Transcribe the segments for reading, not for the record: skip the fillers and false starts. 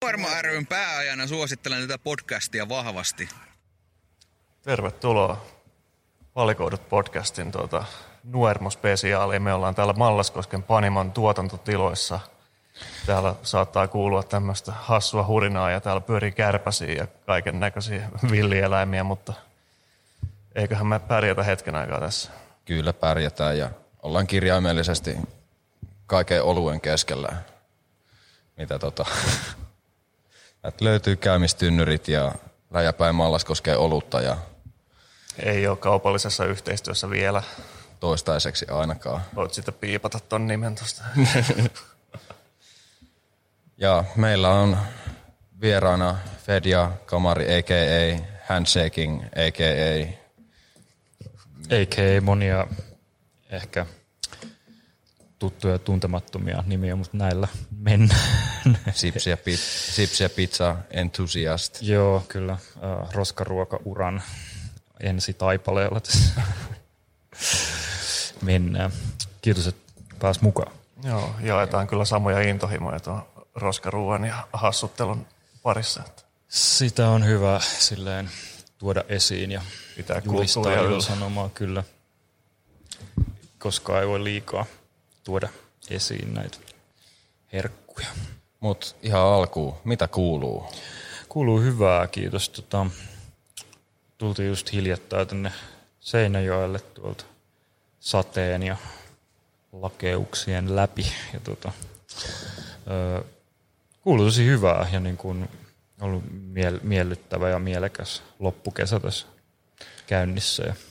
Nuormo ry:n pääajana suosittelen tätä podcastia vahvasti. Tervetuloa Valikoidut podcastin Nuormo-spesiaaliin. Me ollaan täällä Mallaskosken Panimon tuotantotiloissa. Täällä saattaa kuulua tämmöistä hassua hurinaa ja täällä pyörii kärpäsiä ja kaiken näköisiä villieläimiä, mutta eiköhän me pärjätä hetken aikaa tässä. Kyllä pärjätään ja ollaan kirjaimellisesti kaiken oluen keskellä. Mitä löytyy käymistynnyrit ja läjäpäin Mallaskoskeen olutta ja ei ole kaupallisessa yhteistyössä vielä. Toistaiseksi ainakaan. Voit sitten piipata ton nimen tosta. Ja meillä on vieraana Fedja Kamari a.k.a. Handshaking a.k.a. A.k.a. monia ehkä tuttuja ja tuntemattomia nimiä, mutta näillä mennään. Sips ja pizza enthusiast. Joo, kyllä. Roskaruokauran ensitaipaleella tässä mennään. Kiitos, että pääs mukaan. Joo, jaetaan kyllä samoja intohimoja tuon roskaruuan ja hassuttelun parissa. Sitä on hyvä silleen tuoda esiin ja pitää julistaa sanomaa kyllä. Koskaan ei voi liikaa tuoda esiin näitä herkkuja. Mut ihan alkuun, mitä kuuluu? Kuuluu hyvää, kiitos. Tultiin just hiljattain tänne Seinäjoelle tuolta sateen ja lakeuksien läpi. Ja kuuluu tosi hyvää ja niin kuin ollut miellyttävä ja mielekäs loppukesä tässä käynnissä. Ja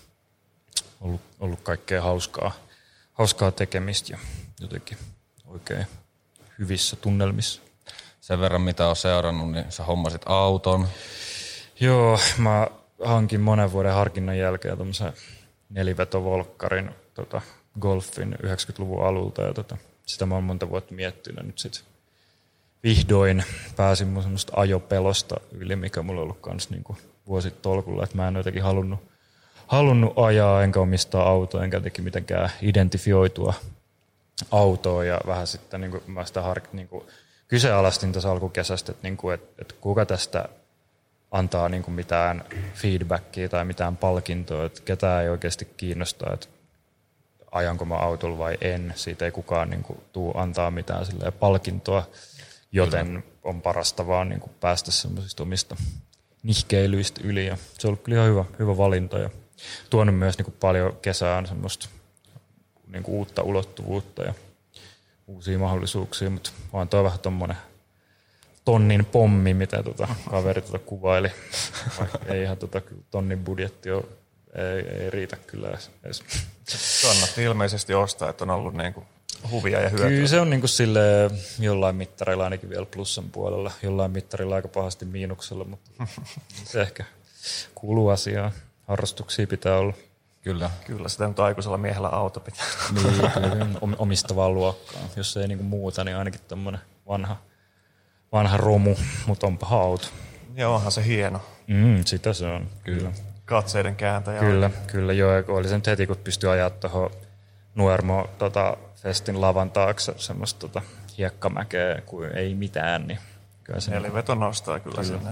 ollut kaikkea hauskaa tekemistä ja jotenkin oikein hyvissä tunnelmissa. Sen verran mitä on seurannut, niin sä hommasit auton. Joo, mä hankin monen vuoden harkinnan jälkeen tommosen nelivetovolkkarin Golfin 90-luvun alulta ja sitä mä oon monta vuotta miettinyt. Nyt sit vihdoin pääsin mun semmoista ajopelosta yli, mikä mulla on ollut kans niinku vuositolkulla, että mä en jotenkin halunnut ajaa enkä omistaa autoa, enkä jotenkin mitenkään identifioitua autoa ja vähän sitten niinku mä sitä kyseenalaistin tässä alkukesästä, että niinku, et kuka tästä antaa niinku mitään feedbackia tai mitään palkintoa, että ketään ei oikeasti kiinnostaa, että ajanko mä autolla vai en. Siitä ei kukaan niinku tuu antaa mitään palkintoa, joten on parasta vaan niinku päästä semmoisista omista nihkeilyistä yli. Ja se on ollut kyllä ihan hyvä valinta ja tuonut myös niinku paljon kesään semmoista niinku uutta ulottuvuutta ja uusia mahdollisuuksia, mutta vaan toi vähän tommonen tonnin pommi, mitä kaveri kuvaili. Vaikka ei ihan tonnin budjetti ole, ei riitä kyllä edes. Kannatti ilmeisesti ostaa, että on ollut niinku huvia ja hyötyä. Kyllä se on niinku silleen jollain mittarilla ainakin vielä plussan puolella, jollain mittarilla aika pahasti miinuksella, mutta se ehkä kuuluu asiaan. Harrastuksia pitää olla. Kyllä sitä nyt aikuisella miehellä auto pitää. Niin, kyllä omistavaa luokkaa. Jos ei niinku muuta, niin ainakin tommonen vanha romu, mutta onpa auto. Joo, onhan se hieno. Sitä se on, kyllä. Katseiden kääntäjä. Kyllä joo. Oli se nyt heti, kun pystyi ajaa tuohon Nuormo festin lavan taakse semmoista hiekkamäkeä kuin ei mitään. Niin eli veto nostaa kyllä sinne.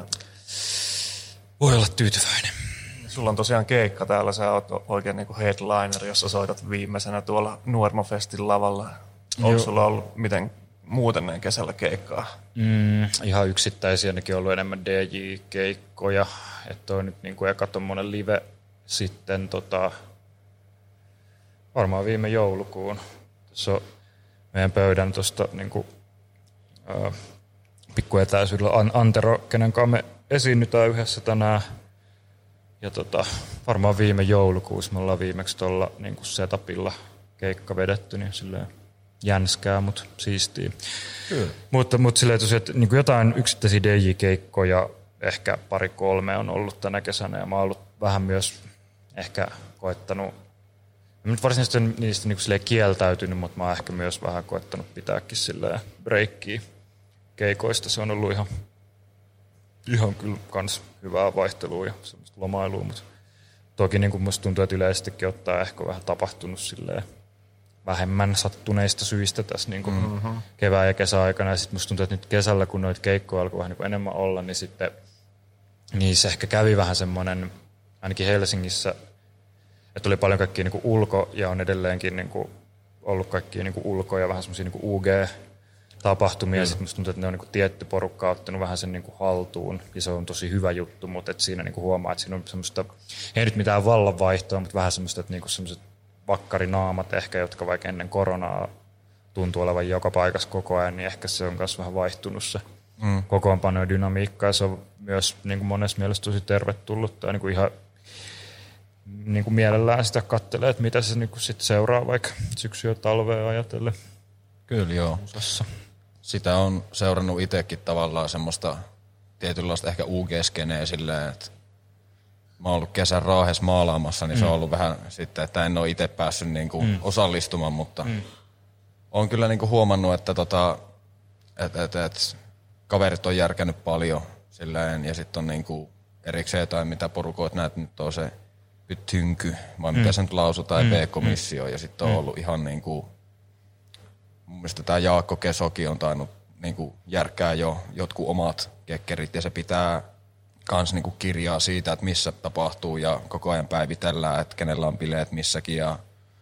Voi olla tyytyväinen. Sulla on tosiaan keikka täällä, sä oot oikein niin kuin headliner, jossa soitat viimeisenä tuolla Nuormo-festin lavalla. Onko sulla ollut miten muuten näin kesällä keikkaa? Ihan yksittäisiä, nekin on ollut enemmän DJ-keikkoja. Että on nyt niin kuin eka tommonen live sitten varmaan viime joulukuun. Tässä on meidän pöydän tuosta niin pikkuetäisyydellä Antero, kenen kanssa me esiinnytään yhdessä tänään. Ja varmaan viime joulukuussa me ollaan viimeksi tuolla niin setupilla keikka vedetty, niin silleen jänskää, mutta siistiä. Kyllä. Mutta silleen tosiaan, että niin jotain yksittäisiä DJ-keikkoja, ehkä 2-3 on ollut tänä kesänä, ja mä oon ollut vähän myös ehkä koettanut, en nyt varsinaisesti niistä niin silleen kieltäytynyt, mutta mä oon ehkä myös vähän koettanut pitääkin silleen breikkiä keikoista. Se on ollut ihan kyllä kans hyvää vaihtelua ja semmoista lomailua, mutta toki niin kuin musta tuntuu, että yleisestikin ottaa ehkä vähän tapahtunut silleen vähemmän sattuneista syistä tässä niin kuin kevään ja kesäaikana. Ja sitten musta tuntuu, että nyt kesällä, kun noita keikkoja alkoi vähän niin kuin enemmän olla, niin sitten niissä ehkä kävi vähän semmoinen, ainakin Helsingissä, että oli paljon kaikkia niin kuin ulko- ja on edelleenkin niin kuin ollut kaikkia niin kuin ulko- ja vähän semmoisia niin kuin UG-tapahtumia. Ja sitten musta tuntuu, että ne on niin kuin tietty porukka ottanut vähän sen niin kuin haltuun. Ja se on tosi hyvä juttu, mutta että siinä niin kuin huomaa, että siinä on semmoista, ei nyt mitään vallanvaihtoa, mutta vähän semmoista, että niin kuin semmoiset vakkarinaamat ehkä, jotka vaikka ennen koronaa tuntuu olevan joka paikassa koko ajan, niin ehkä se on myös vähän vaihtunut se kokoonpano ja dynamiikka. Ja se on myös niin kuin monessa mielessä tosi tervetullut tai niin kuin ihan niin kuin mielellään sitä katselee, että mitä se niin kuin sit seuraa vaikka syksyä talvea ajatellen. Kyllä joo. Musassa. Sitä on seurannut itsekin tavallaan semmoista tietynlaista ehkä UG-skeneä silleen, että mä oon ollut kesän Raahessa maalaamassa, niin se on ollut vähän sitten, että en ole itse päässyt niin kuin osallistumaan, mutta on kyllä niin kuin huomannut, että kaverit on järkännyt paljon silleen, ja sitten on niin kuin erikseen jotain, mitä porukoit näet, nyt on se tynky, vai mitä se nyt lausutaan, B-komissio, ja sitten on ollut ihan niin kuin, mun mielestä tämä Jaakko Kesoki on tainnut niin kuin järkkää jo jotkut omat kekkerit, ja se pitää kans niinku kirjaa siitä, että missä tapahtuu ja koko ajan päivitellään, että kenellä on bileet missäkin ja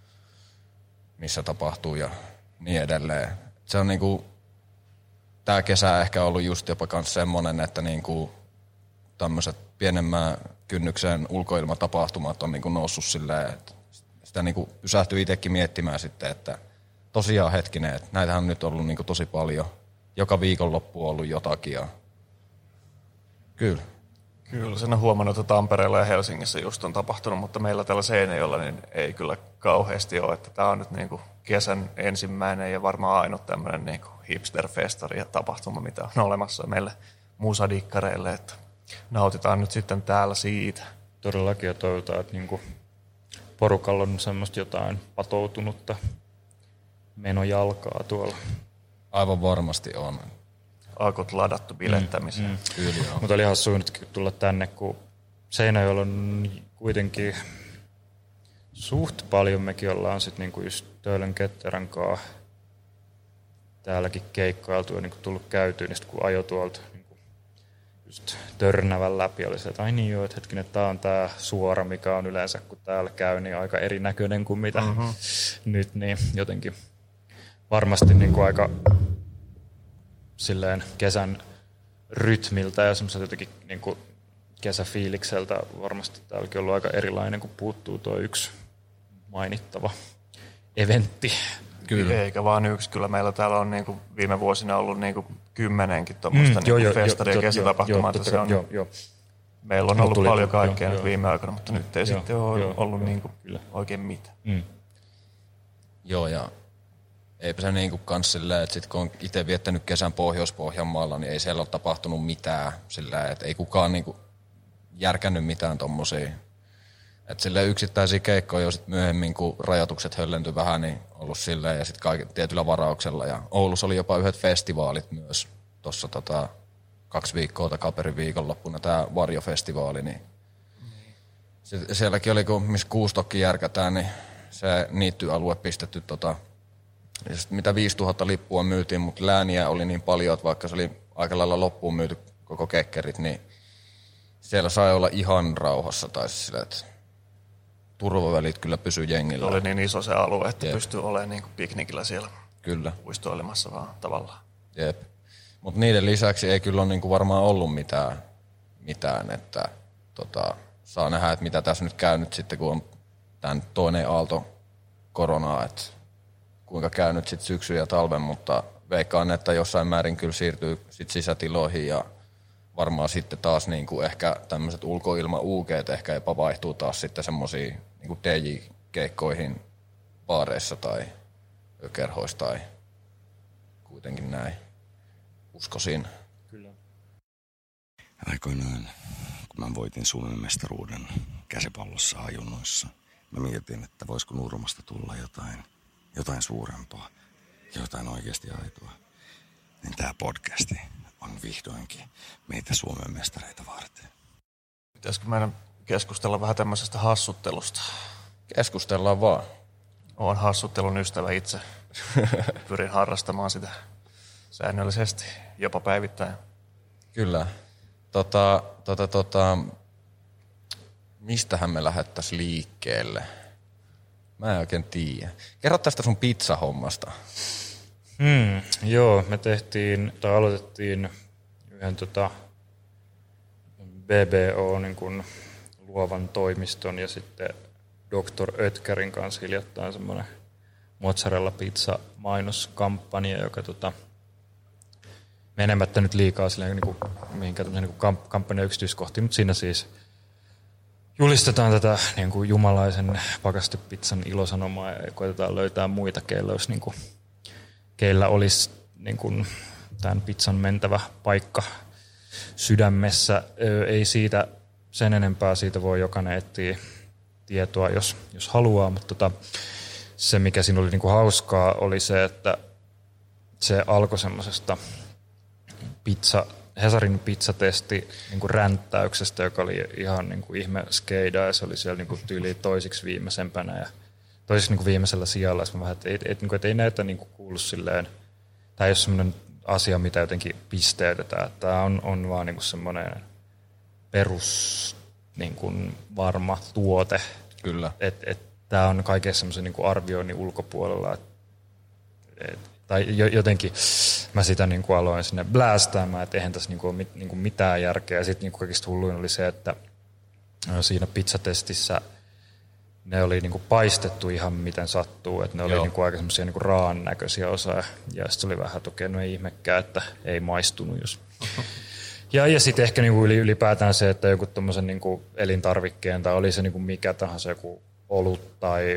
missä tapahtuu ja niin edelleen. Se on niinku, tää kesä ehkä ollut just jopa kans semmonen, että niinku tämmöiset pienemmän kynnyksen ulkoilmatapahtumat on niinku noussut silleen, että sitä niinku pysähtyy itsekin miettimään sitten, että tosiaan hetkinen, että näitähän on nyt ollut niinku tosi paljon. Joka viikonloppu on ollut jotakin ja kyllä. Kyllä, sen on huomannut, että Tampereella ja Helsingissä just on tapahtunut, mutta meillä täällä Seinäjoella niin ei kyllä kauheasti ole. Että tämä on nyt niin kuin kesän ensimmäinen ja varmaan ainut tämmöinen niin kuin hipster-festari ja tapahtuma, mitä on olemassa meille musadikkareille, että nautitaan nyt sitten täällä siitä. Todellakin ja toivotaan, että niin kuin porukalla on semmoista jotain patoutunutta menojalkaa tuolla. Aivan varmasti on. Akut ladattu bilettämiseen. Kyllä joo. Mutta oli hassu nyt tulla tänne, kun Seinäjoella on kuitenkin suht paljon. Mekin ollaan sitten niinku just Töölön Ketterän kanssa täälläkin keikkailtu ja niinku tullut käytyä, niin kun ajoi tuolta niinku just Törnävän läpi, oli se, että ai niin joo, että hetkinen, tää on tää suora, mikä on yleensä, kun täällä käy, niin aika erinäköinen kuin mitä nyt, niin jotenkin varmasti niinku aika silleen kesän rytmiltä ja semmoiselta jotenkin niin kuin kesäfiilikseltä varmasti täälläkin on ollut aika erilainen, kun puuttuu tuo yksi mainittava eventti. Kyllä. Eikä vaan yksi. Kyllä meillä täällä on niin kuin viime vuosina ollut niin kuin 10 tuommoista festari- ja kesätapahtumaa. Meillä on ollut paljon kaikkea nyt viime aikoina, mutta nyt ei sitten ole ollut niin kuin oikein mitään. Joo, ja eipä se niinku kans silleen, että sit kun on itse viettänyt kesän Pohjois-Pohjanmaalla, niin ei siellä ole tapahtunut mitään silleen, että ei kukaan niinku järkännyt mitään tommosia. Että silleen yksittäisiä keikkoja jo sit myöhemmin, kun rajoitukset höllentyi vähän, niin ollut silleen ja sit tietyllä varauksella. Ja Oulussa oli jopa yhdet festivaalit myös tossa 2 viikkoa takaperin viikonloppuna, tää Varjo-festivaali, niin sielläkin oli, kun missä Kuustokki järkätään, niin se niittyalue pistetty ja sitten mitä 5000 lippua myytiin, mutta lääniä oli niin paljon, että vaikka se oli aika lailla loppuun myyty koko kekkerit, niin siellä sai olla ihan rauhassa. Tai sillä, että turvavälit kyllä pysyi jengillä. Oli niin iso se alue, että pystyi olemaan niin kuin piknikillä siellä. Kyllä. Puistoilemassa vaan tavallaan. Jep. Mutta niiden lisäksi ei kyllä ole niin kuin varmaan ollut mitään että saa nähdä, että mitä tässä nyt käy nyt sitten, kun on tämän toinen aalto koronaa, että kuinka käy nyt sitten syksyn ja talven, mutta veikkaan, että jossain määrin kyllä siirtyy sit sisätiloihin ja varmaan sitten taas niinku ehkä tämmöiset ulkoilma-UG:t ehkä jopa vaihtuu taas sitten semmoisiin niinku DJ-keikkoihin baareissa tai kerhoissa tai kuitenkin näin. Uskoisin. Kyllä. Aikoinaan, kun mä voitin Suomen mestaruuden käsipallossa ajunnoissa, mä mietin, että voisiko Nurmasta tulla jotain suurempaa, jotain oikeasti aitoa. Niin tää podcasti on vihdoinkin meitä Suomen mestareita varten. Pitäisikö meidän keskustella vähän tämmöisestä hassuttelusta? Keskustellaan vaan. Olen hassuttelun ystävä itse. Pyrin harrastamaan sitä säännöllisesti, jopa päivittäin. Kyllä. Mistähän me lähdettäisiin liikkeelle? Mä en oikein tiedä. Kerro tästä sun pizzahommasta. Joo, me aloitettiin yhden BBO niin kuin luovan toimiston ja sitten Dr. Oetkerin kanssa hiljattain semmoinen mozzarella pizza mainoskampanja, joka menemättä nyt liikaa silleen, niin kuin, mihinkään niin kampanjan yksityiskohtiin, mutta siinä siis julistetaan tätä niin kuin jumalaisen pakastepizzan ilosanomaa ja koitetaan löytää muita, keillä olisi niin kuin, tämän pizzan mentävä paikka sydämessä. Ei siitä sen enempää, siitä voi jokainen etsiä tietoa, jos haluaa, mutta se, mikä siinä oli niin kuin hauskaa, oli se, että se alkoi semmoisesta Hesarin pizzatesti niin kuin ränttäyksestä, joka oli ihan niin kuin ihme skeida, ja se oli siellä niin kuin tyyliin toisiksi viimeisempänä ja toisiksi niin kuin viimeisellä sijalla. Ja mä vähän, että ei näitä niin kuin kuulu silleen, tämä ei ole semmoinen asia, mitä jotenkin pisteytetään. Tämä on vaan niin kuin semmoinen perus niin kuin varma tuote. Kyllä. Tämä on kaikessa semmoisen niin kuin arvioinnin ulkopuolella. Tai jotenkin mä sitä niin kuin aloin sinne blästäämään, että eihän tässä niin kuin ole niin kuin mitään järkeä. Ja sitten niin kuin kaikista hulluin oli se, että siinä pizzatestissä ne oli niin kuin paistettu ihan miten sattuu. Että ne oli niin kuin aika semmoisia niin kuin raan näköisiä osaa. Ja sitten oli vähän, että okei, no ei ihmekään, että ei maistunut. Jos. Ja sitten ehkä niin kuin ylipäätään se, että joku tommosen niin kuin elintarvikkeen tai oli se niin kuin mikä tahansa joku olut tai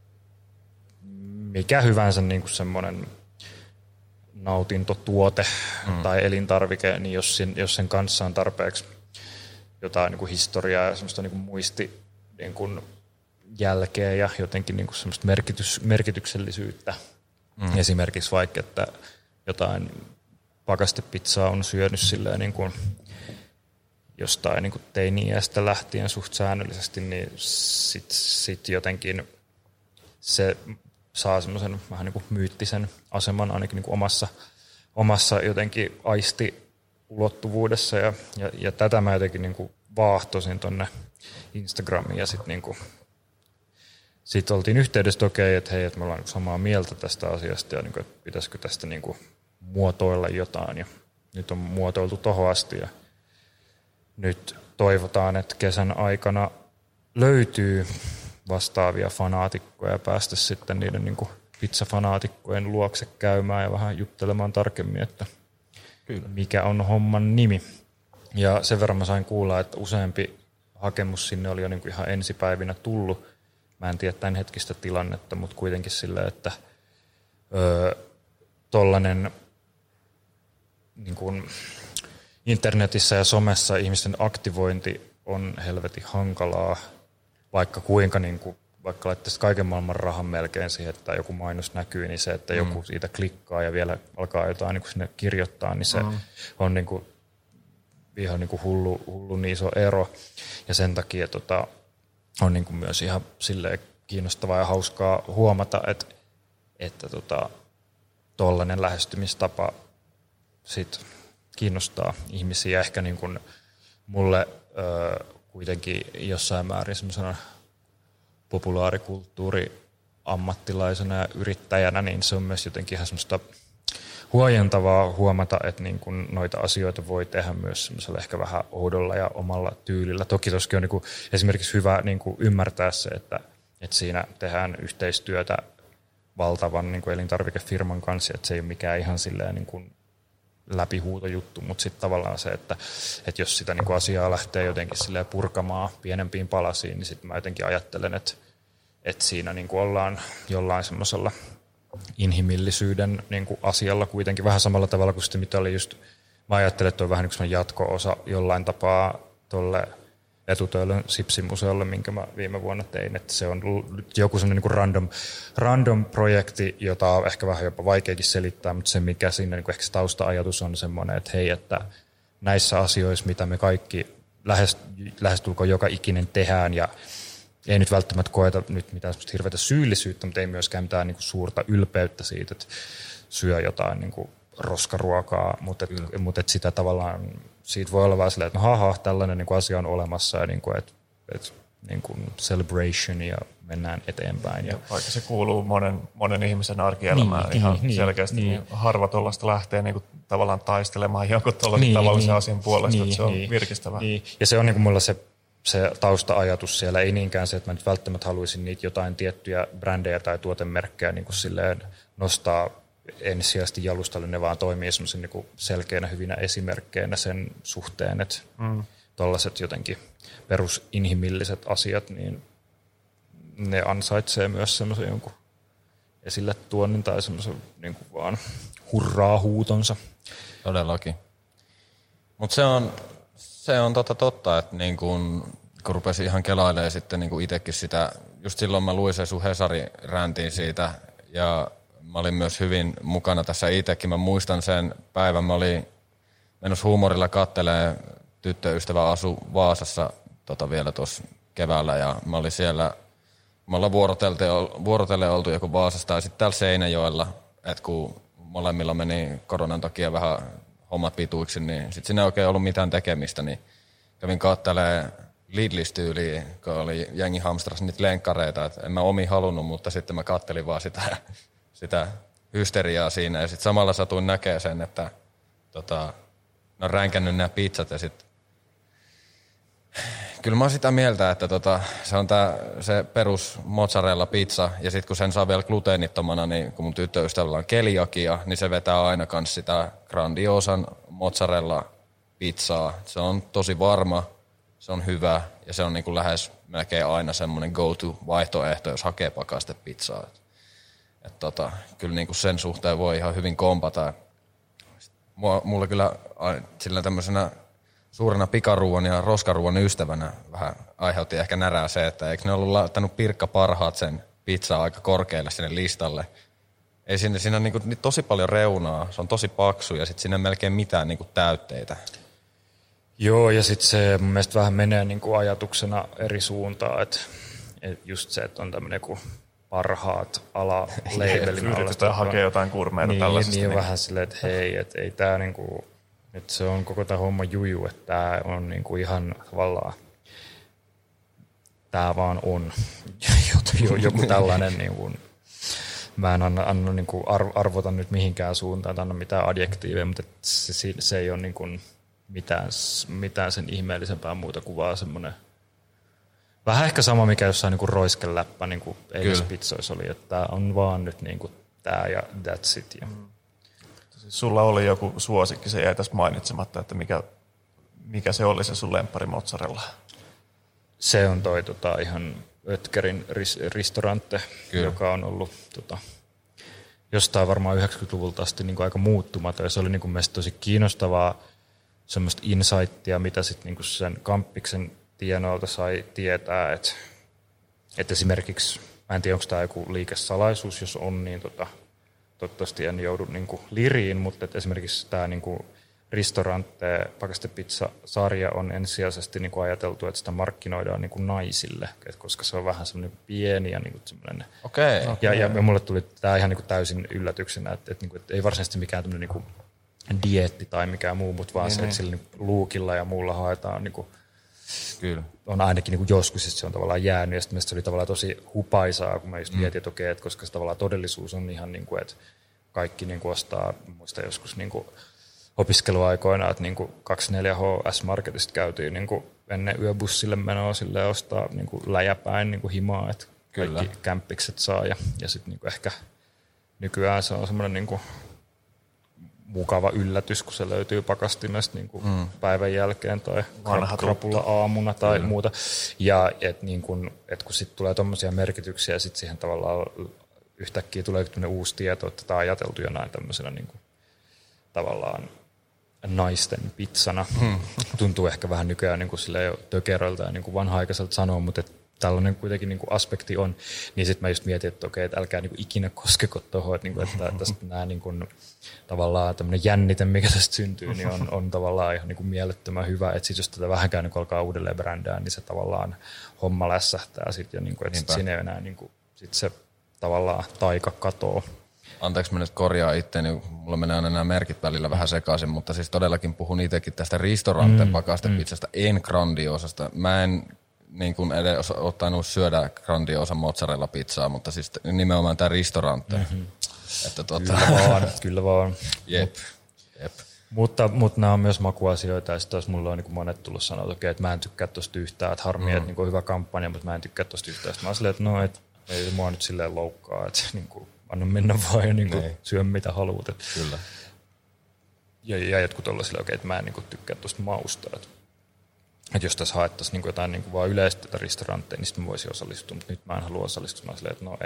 mikä hyvänsä niin kuin semmoinen nautintotuote tai elintarvike, niin jos sen kanssa on tarpeeksi jotain niin kuin historiaa ja semmoista niin kuin muisti niin kuin jälkeä ja jotenkin niin kuin semmoista merkityksellisyyttä. Esimerkiksi vaikka, että jotain pakastepizzaa on syönyt silleen niin kuin jostain niin kuin teini-iästä lähtien suht säännöllisesti, niin sit jotenkin se saa semmoisen vähän niin kuin myyttisen aseman ainakin niin kuin omassa jotenkin aistiulottuvuudessa. Ja tätä mä jotenkin niin kuin vaahtosin tonne Instagramiin ja sitten niin kuin sit oltiin yhteydessä, että hei, että me ollaan samaa mieltä tästä asiasta ja niin kuin, että pitäisikö tästä niin kuin muotoilla jotain. Ja nyt on muotoiltu tohon asti ja nyt toivotaan, että kesän aikana löytyy vastaavia fanaatikkoja ja päästä sitten niiden niin kuin pizzafanaatikkojen luokse käymään ja vähän juttelemaan tarkemmin, että mikä on homman nimi. Ja sen verran mä sain kuulla, että useampi hakemus sinne oli jo niin kuin ihan ensipäivinä tullut. Mä en tiedä tämän hetkistä tilannetta, mutta kuitenkin silleen, että tollainen niin kuin internetissä ja somessa ihmisten aktivointi on helvetin hankalaa, vaikka kuinka niin kuin, vaikka laittaisi kaiken maailman rahan melkein siihen, että joku mainos näkyy, niin se, että joku siitä klikkaa ja vielä alkaa jotain niin kuin sinne kirjoittaa, niin se on niin kuin, ihan niin kuin hullu niin iso ero. Ja sen takia on niin kuin myös ihan silleen kiinnostavaa ja hauskaa huomata, että tollainen lähestymistapa sit kiinnostaa ihmisiä. Ehkä niin kuin mulle kuitenkin jossain määrin semmoisena populaarikulttuuriammattilaisena ja yrittäjänä, niin se on myös jotenkin ihan semmoista huojentavaa huomata, että niin kun noita asioita voi tehdä myös semmoisella ehkä vähän oudolla ja omalla tyylillä. Toki toskin on niin kuin esimerkiksi hyvä niin kuin ymmärtää se, että siinä tehdään yhteistyötä valtavan niin kuin elintarvikefirman kanssa, että se ei ole mikään ihan silleen niin kuin läpihuutojuttu, mutta sitten tavallaan se, että jos sitä niin kuin asiaa lähtee jotenkin silleen purkamaan pienempiin palasiin, niin sitten mä jotenkin ajattelen, että siinä niin kuin ollaan jollain semmoisella inhimillisyyden niin kuin asialla kuitenkin vähän samalla tavalla kuin sitten, mitä oli just, mä ajattelen, että on vähän yksi jatko-osa jollain tapaa tuolle Etutöölön Sipsimuseolle, minkä mä viime vuonna tein, että se on joku semmoinen niin random projekti, jota on ehkä vähän jopa vaikeakin selittää, mutta se mikä siinä niin ehkä se tausta-ajatus on semmoinen, että hei, että näissä asioissa, mitä me kaikki lähestulkoon joka ikinen tehdään ja ei nyt välttämättä koeta nyt mitään hirveätä syyllisyyttä, mutta ei myöskään mitään niin kuin suurta ylpeyttä siitä, että syö jotain niin kuin roskaruokaa, mutta sitä tavallaan, siitä voi olla vähän silleen, että no tällainen niin kuin asia on olemassa ja niin kuin, että niin kuin celebration ja mennään eteenpäin. Ja vaikka se kuuluu monen ihmisen arkielämään ihan selkeästi, niin harva tuollaista lähtee niin kuin tavallaan taistelemaan jonkun tavallisen asian puolesta, että se on virkistävää. Niin. Ja se on niin kuin mulla se tausta-ajatus siellä, ei niinkään se, että mä nyt välttämättä haluaisin niitä jotain tiettyjä brändejä tai tuotemerkkejä niin kuin silleen nostaa ensisijaisesti jalustalle, ne vaan toimii semmoisen niin kuin selkeänä hyvinä esimerkkeinä sen suhteen, että tollaiset jotenkin perusinhimilliset asiat, niin ne ansaitsee myös semmoisen jonkun esille tuonnin tai semmoisen niin kuin vaan hurraa-huutonsa. Todellakin. Mutta se on totta, että niin kun rupesin ihan kelailemaan sitten niin itsekin sitä, just silloin mä luin se sun Hesari-räntin siitä ja mä olin myös hyvin mukana tässä itsekin. Mä muistan sen päivän, mä olin menossa huumorilla kattelemaan, tyttöystävä asui Vaasassa vielä tuossa keväällä ja mä olin siellä, me ollaan vuorotellen oltu joku Vaasasta ja sitten täällä Seinäjoella, että kun molemmilla meni koronan takia vähän hommat vituiksi, niin sitten siinä ei oikein ollut mitään tekemistä, niin kävin katselemaan Lidlistyyliin, kun oli jengi hamstrasi niitä lenkkareita, että en mä omi halunnut, mutta sitten mä kattelin vaan sitä hysteriaa siinä ja sitten samalla satuin näkemään sen, että ne on ränkännyt nämä pizzat ja sitten kyllä mä oon sitä mieltä, että se on se perus mozzarella pizza ja sitten kun sen saa vielä gluteenittomana, niin kun mun tyttöystävällä on keliakia, niin se vetää aina kans sitä grandiosan mozzarella pizzaa. Se on tosi varma, se on hyvä ja se on niin kuin lähes melkein aina semmoinen go-to-vaihtoehto, jos hakee pakastepizzaa. Kyllä niin kuin sen suhteen voi ihan hyvin kompata. Mulla kyllä sillä tämmöisenä suurena pikaruuan ja roskaruuan ystävänä vähän aiheutti ehkä närää se, että eikö ne ollut laittanut Pirkka Parhaat sen pizzaa aika korkealle sinne listalle. Ei siinä on niin kuin tosi paljon reunaa, se on tosi paksu ja sitten siinä ei melkein mitään niin kuin täytteitä. Joo, ja sitten se mun mielestä vähän menee niin kuin ajatuksena eri suuntaan, että just se, että on tämmöinen kuin Parhaat ala-labelin alla. Yritetään hakea jotain kurmeita tällaisesta. Niin vähän silleen, että hei, että ei tää niinku, nyt se on koko tää homma juju, että tää on niinku ihan tavallaan, tää vaan on joku tällainen niinku, mä en anna niinku arvota nyt mihinkään suuntaan, anna mitään adjektiiveja, mutta se ei ole niinku mitään sen ihmeellisempää muuta kuin vaan semmoinen vähän ehkä sama, mikä jossain niinku roiskeläppä, niinku eilis pizzoissa oli, että tää on vaan nyt niinku tää ja that's it. Ja. Sulla oli joku suosikki, se jäi tässä mainitsematta, että mikä se oli se sun lemppari mozzarella? Se on toi ihan Ötkerin ristorante, joka on ollut jostain varmaan 90-luvulta asti niinku aika muuttumaton. Ja se oli niinku mielestäni tosi kiinnostavaa semmoista insightia, mitä sitten niinku sen Kamppiksen tienoilta sai tietää, että esimerkiksi, mä en tiedä, onko tämä joku liikesalaisuus, jos on, niin toivottavasti en joudu niinku liriin, mutta että esimerkiksi tämä niinku Ristorante pakastepizza-sarja on ensisijaisesti niinku ajateltu, että sitä markkinoidaan niinku naisille, koska se on vähän semmoinen pieni ja niinku semmoinen. Okei. Ja mulle tuli tämä ihan niinku täysin yllätyksenä, että ei varsinaisesti mikään tämmöinen niinku dieetti tai mikään muu, mutta vaan se, että sillä niinku luukilla ja muulla haetaan niinku. Kyllä. On ainakin niin kuin joskus, että se on tavallaan jäänyt, ja sitten se oli tavallaan tosi hupaisaa, kun mä just mietin, että okei, että koska se tavallaan todellisuus on ihan niin kuin, että kaikki niin kuin ostaa, muistan joskus niin kuin opiskeluaikoina, että niin kuin 24H S-Marketista käytiin niin kuin ennen yöbussille menoa silleen ostaa niin kuin läjäpäin niin kuin himaa, että kaikki kämppikset saa, ja sitten niin kuin ehkä nykyään se on semmoinen niin kuin mukava yllätys, kun se löytyy pakastimesta niin kuin päivän jälkeen tai krapulla aamuna tai muuta. Ja niin kun sitten tulee tommosia merkityksiä ja sitten siihen tavallaan yhtäkkiä tulee uusi tieto, että tämä on ajateltu jonain tämmöisenä niin kuin, tavallaan naisten pizzana. Tuntuu ehkä vähän nykyään niin kuin jo tökeröltä ja niin kuin vanha-aikaiselta sanoa, mutta tällainen kuitenkin niin kuin aspekti on, niin sitten mä just mietin, että okei, että älkää niin kuin ikinä koskeko tuohon, että, niin kuin, että tästä nämä niin kuin, tavallaan tämmöinen jännite, mikä tästä syntyy, niin on tavallaan ihan niin kuin mielettömän hyvä, että sitten jos tätä vähänkään niin alkaa uudelleen brändää, niin se tavallaan homma lässähtää sitten, ja niin kuin, että sit siinä ei enää niin kuin, sit se tavallaan taika katoo. Anteeksi, mä nyt korjaan itseäni, mulla menee aina nämä merkit välillä vähän sekaisin, mutta siis todellakin puhun itsekin tästä Ristorante pakastepizzasta, en Grandiosasta. Mä en niin kuin edes ottanut syödä Grandiosa mozzarella pizzaa, mutta siis nimenomaan tämä Ristorante. Että Kyllä vaan. Jep. Mutta nämä on myös makuasioita, ja sitten mulla on niin monet tullut sanoa, että okei, että mä en tykkää tosta yhtään, että harmi, että niin hyvä kampanja, mutta mä en tykkää tosta yhtään. Sitten mä oon silleen, että no, et, ei mua nyt silleen loukkaa, että niin kuin, anna mennä vaan ja niin kuin, syö mitä haluat. Kyllä. Ja jotkut ollaan silleen, okei, että mä en niin kuin, tykkää tosta mausta. Että jos tässä haettaisiin niin kuin jotain niin kuin vaan yleistä tätä Ristorantteja, niin sitten mä voisin osallistua, mutta nyt mä en halua osallistua. Mä silleen, että no,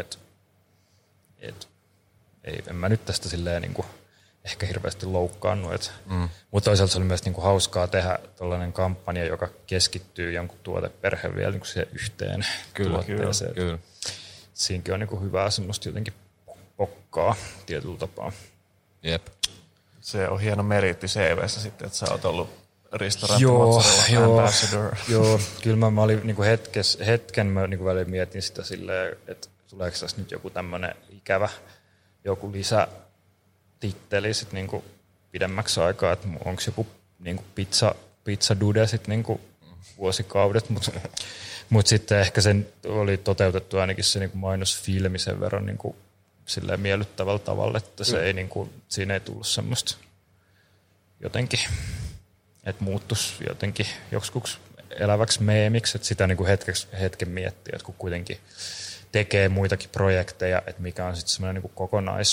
en mä nyt tästä silleen niin kuin, ehkä hirveästi loukkaannut. Mutta toisaalta se oli myös niin kuin hauskaa tehdä tällainen kampanja, joka keskittyy jonkun tuoteperheen vielä niin kuin siihen yhteen tuotteeseen. Kyllä. Siinäkin on niin kuin hyvää semmoista jotenkin pokkaa tietyllä tapaa. Jep. Se on hieno meriitti CV:ssä sitten, että sä oot ollut Ristorante Mozzarella Ambassador. Joo, kyllä mä olin niin kuin hetken mä niin kuin välillä mietin sitä silleen, että tuleeko tässä nyt joku tämmöinen ikävä, joku lisätitteli sitten niin kuin pidemmäksi aikaa, että onko joku niin kuin pizza dude sitten niin kuin vuosikaudet, mutta sitten ehkä sen oli toteutettu ainakin se niin kuin mainosfilmi sen verran niin kuin silleen miellyttävällä tavalla, että se ei, niin kuin, siinä ei tullut semmoista jotenkin, että muuttuisi jotenkin joksikuksi eläväksi meemiksi, että sitä niin kuin hetken miettii, että kun kuitenkin tekee muitakin projekteja, että mikä on sitten semmoinen niin kuin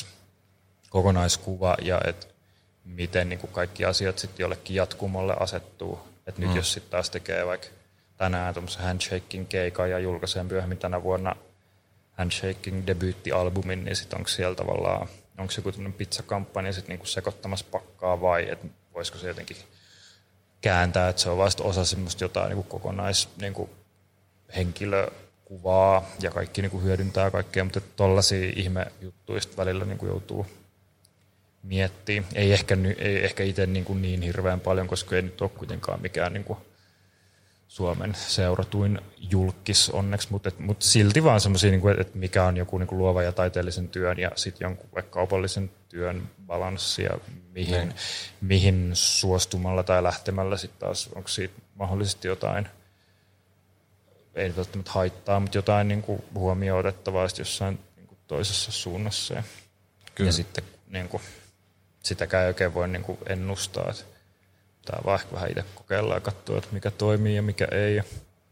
kokonaiskuva ja että miten niin kuin kaikki asiat sitten jollekin jatkumolle asettuu. Että nyt jos sitten taas tekee vaikka tänään tuommoisen Handshaking keikan ja julkaisee myöhemmin tänä vuonna Handshaking debyyttialbumin, niin sitten onko siellä tavallaan, onko joku tämmöinen pizzakampanja sitten niinku sekoittamassa pakkaa vai että voisiko se jotenkin kääntää, että se on vasta osa semmoista jotain niinku niinku henkilökuvaa ja kaikki niinku hyödyntää kaikkea, mutta tollaisia ihmejuttuja välillä niinku joutuu miettimään. Ei ehkä itse niin hirveän paljon, koska ei nyt ole kuitenkaan mikään niinku Suomen seuratuin julkis onneksi, mutta silti vaan semmoisia, että mikä on joku niin kuin luovan ja taiteellisen työn ja sitten jonkun vaikka kaupallisen työn balanssi ja mihin suostumalla tai lähtemällä sitten taas, onko siitä mahdollisesti jotain, ei välttämättä haittaa, mutta jotain niin kuin huomioon otettavaa jossain niin kuin toisessa suunnassa. Ja sitten niin kuin, sitäkään ei oikein voi niin kuin ennustaa, että pitää vaan ehkä vähän itse kokeilla ja katsoa, että mikä toimii ja mikä ei. Ja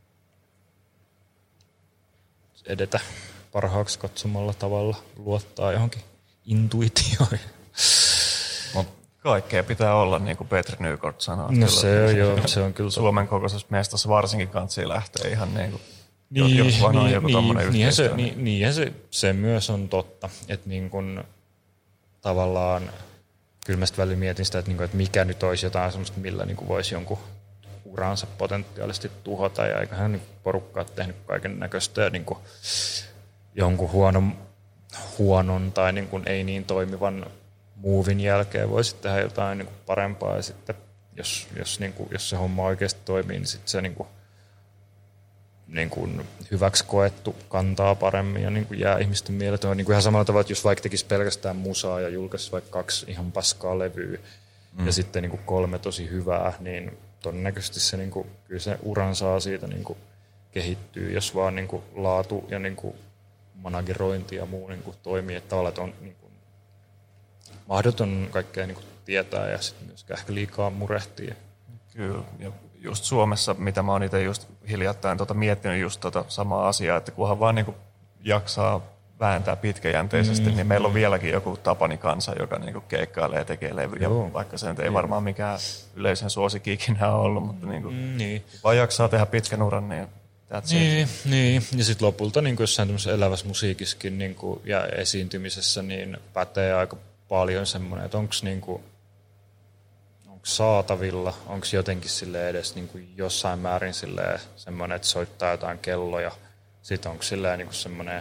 edetä parhaaksi katsomalla tavalla, luottaa johonkin intuitioihin. Kaikkea pitää olla, niin kuin Petri Nykort sanoo. No se on kyllä. Suomen kokoisessa mestassa varsinkin kansi lähtee ihan niin kuin, jos vaan on joku tommoinen yhteistyö. Niinhän se myös on totta, että niin kuin tavallaan kyllä mä välillä mietin sitä, että mikä nyt olisi jotain sellaista, millä voisi jonkun uransa potentiaalisesti tuhota. Ja eiköhän niin porukka ole tehnyt kaiken näköistä ja niin jonkun huonon tai niin ei niin toimivan muuvin jälkeen voisi tehdä jotain niin parempaa. Ja sitten jos se homma oikeasti toimii, niin sitten se niin kuin hyväksi koettu kantaa paremmin ja niin kuin jää ihmisten mieleen. Niin kuin ihan samalla tavalla, että jos vaikka tekisi pelkästään musaa ja julkaisi vaikka 2 ihan paskaa levyä ja sitten niin kuin 3 tosi hyvää, niin todennäköisesti se, niin kuin, kyllä se uran saa siitä niin kuin kehittyy, jos vaan niin kuin laatu ja niin kuin managerointi ja muu niin kuin toimii. Että tavallaan että on niin kuin mahdoton kaikkea niin kuin tietää ja sitten myös ehkä liikaa murehtia. Kyllä, ja just Suomessa, mitä mä oon itse just hiljattain miettinyt just samaa asiaa, että kunhan vaan niinku jaksaa vääntää pitkäjänteisesti, niin meillä on vieläkin joku Tapani Kansa, joka niinku keikkailee ja tekee levyjä, vaikka se nyt ei varmaan mikään yleisen suosikki ikinä ole ollut, mutta niinku, vaan jaksaa tehdä pitkän uran, niin Niin, ja sitten lopulta niin jossain tämmöisessä elävässä musiikissakin niin kuin, ja esiintymisessä niin pätee aika paljon semmoinen, että onko saatavilla, onko jotenkin sille edes niin kuin jossain määrin semmoinen, että soittaa jotain kelloja sitten onko sillä niin semmoinen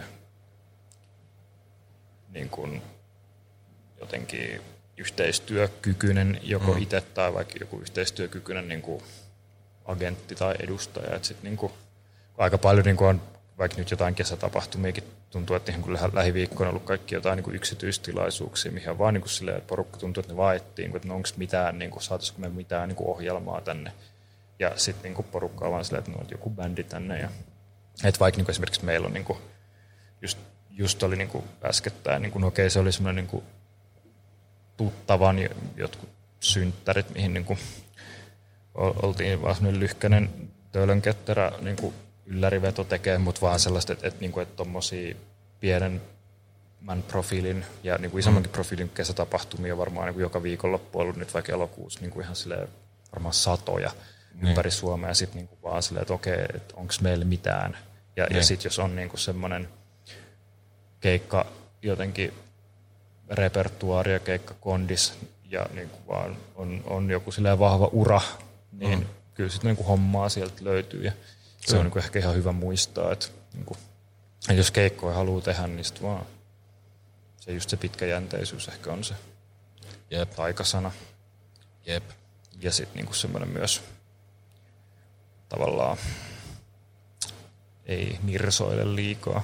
niin kuin jotenkin yhteistyökykyinen joko itse tai vaikka joku yhteistyökykyinen niin kuin agentti tai edustaja. Että sit niin kuin aika paljon niin kuin on vaikka nyt jotain kesätapahtumiakin, tuntuu, että niin lähiviikkoina on ollut kaikki jotain niin yksityistilaisuuksia, mihin on vaan niin silleen, että porukka tuntuu, että ne vaettiin, että onko mitään, niin saataisiko me mitään niin ohjelmaa tänne. Ja sitten niin porukka on vaan silleen, että joku bändi tänne. Ja, että vaikka niin esimerkiksi meillä on niin just oli niin äskettäin, niin okei, se oli semmoinen niin tuttavan jotkut synttärit, mihin niin oltiin vaan semmoinen lyhkäinen töölönketterä niin ylläriveto tekee, mutta vaan sellaista, että tommosia pienemmän profiilin ja niin isommankin profiilin kesätapahtumia varmaan niin joka viikonloppu ollut nyt vaikka elokuussa niin ihan silleen varmaan satoja ympäri Suomea ja sitten niin vaan silleen, että okei, että onko meillä mitään. Ja sitten jos on niin semmoinen keikka jotenkin repertuaari ja keikkakondis ja niin vaan on joku silleen vahva ura, niin kyllä sitten niin hommaa sieltä löytyy ja se on niin ehkä ihan hyvä muistaa, että jos keikkoja haluaa tehdä, niin sitten vaan se just se pitkäjänteisyys ehkä on se taikasana. Jep. Ja sitten niin semmoinen myös tavallaan ei nirsoile liikaa.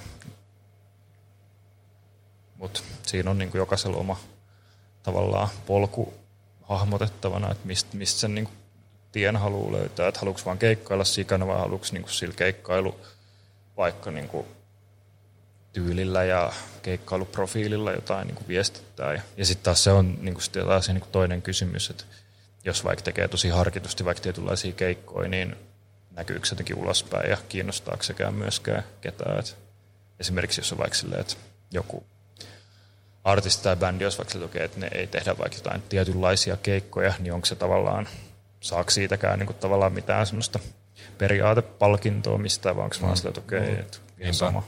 Mutta siinä on niin jokaisella oma tavallaan polku hahmotettavana, että mistä sen niin tien haluaa löytää, että haluatko vaan keikkailla sikana vai haluatko niin sillä keikkailu vaikka niin tyylillä ja keikkailuprofiililla jotain niin viestittää. Ja sitten taas se on niin taas niin toinen kysymys, että jos vaikka tekee tosi harkitusti vaikka tietynlaisia keikkoja, niin näkyykö se jotenkin ulospäin ja kiinnostaako sekään myöskään ketään. Et esimerkiksi jos on vaikka silleen, että joku artisti tai bändi, jos vaikka että ne ei tehdä vaikka jotain tietynlaisia keikkoja, niin onko se tavallaan, saako siitäkään niin tavallaan mitään semmoista periaatepalkintoa mistään, vaan onko vaan sillä, että okei, että ihan sama.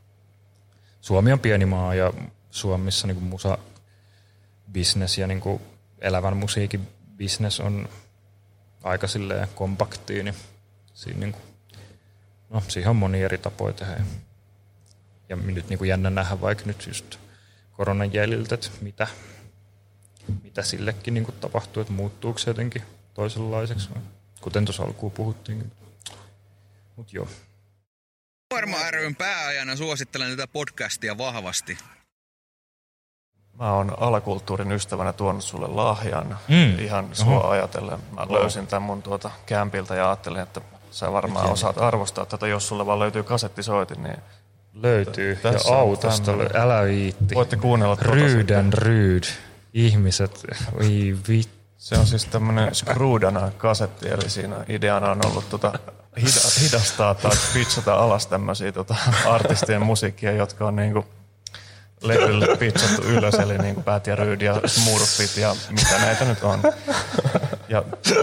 Suomi on pieni maa ja Suomessa niin musa-business ja niin elävän musiikin business on aika silleen kompaktia, niin siinä, niin kuin, siihen on monia eri tapoja tehdä. Ja nyt niin jännä nähdä vaikka nyt just koronan jäljiltä, että mitä sillekin niin tapahtuu, että muuttuuko se jotenkin toisenlaiseksi, kuten tuossa alkuun puhuttiin. Mutta joo. Nuerma ry:n pääajana suosittelen tätä podcastia vahvasti. Mä oon alakulttuurin ystävänä tuonut sulle lahjan ihan sua ajatellen. Mä löysin tämän mun kämpiltä ja ajattelin, että sä varmaan osaat arvostaa tätä, jos sulle vaan löytyy kasettisoitin, niin löytyy. Ja autosta, älä viitti. Voitte kuunnella Ryyd. Ihmiset, oi vittu. Se on siis tämmönen Screwdana-kasetti, eli siinä ideana on ollut hidastaa tai pitchata alas tämmöisiä artistien musiikkia, jotka on niinku levylle pitchattu ylös, eli niinku Päät ja Ryyd ja Smurfit ja mitä näitä nyt on. Ja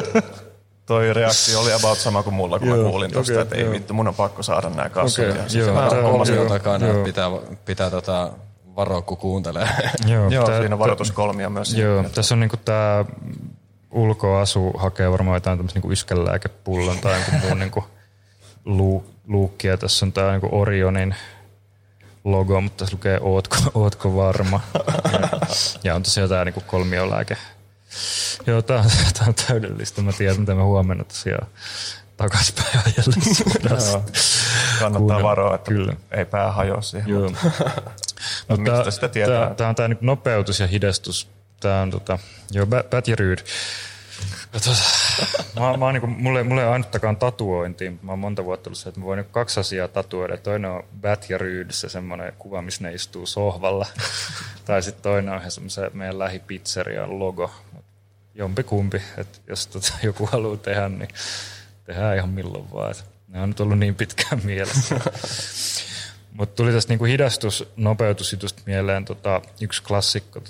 toi reaktio oli about sama kuin mulla, kun mä kuulin tosta, että ei vittu, mun on pakko saada nää kassat. Kolmio takana, pitää varoa, kun kuuntelee. Joo, siinä on varoituskolmia myös. Joo, tässä on niinku tää ulkoasu hakee varmaan jotain tämmöistä niinku yskänlääkepullon tai jonkun muun niinku luukkia. Tässä on tää niinku Orionin logo, mutta tässä lukee ootko varma. Ja on tosiaan tää niinku kolmiolääke. Joo, tää on täydellistä. Mä tiedän, mitä mä huomenna tosiaan takaspäin ajellessa. Kannattaa varoa, että kyllä ei pää hajoa siihen. Joo. Mistä sitä tietää? Tää on tää niinku nopeutus ja hidastus. Tää on Päät ja Ryyd. Mä oon niinku, mulle ei ainuttakaan tatuointia, mutta mä oon monta vuotta ollut se, että mä voin 2 asiaa tatuoida. Toinen on Päät ja Ryyd, se semmoinen kuva, missä ne istuu sohvalla. Tai sitten toinen on ihan semmoisen meidän lähipizzerian logo. Jompikumpi, että jos joku haluaa tehdä, niin tehdään ihan milloin vaan. Ne on nyt ollut niin pitkään mielessä. Mutta tuli tästä niinku nopeutusjutusta mieleen yksi klassikko.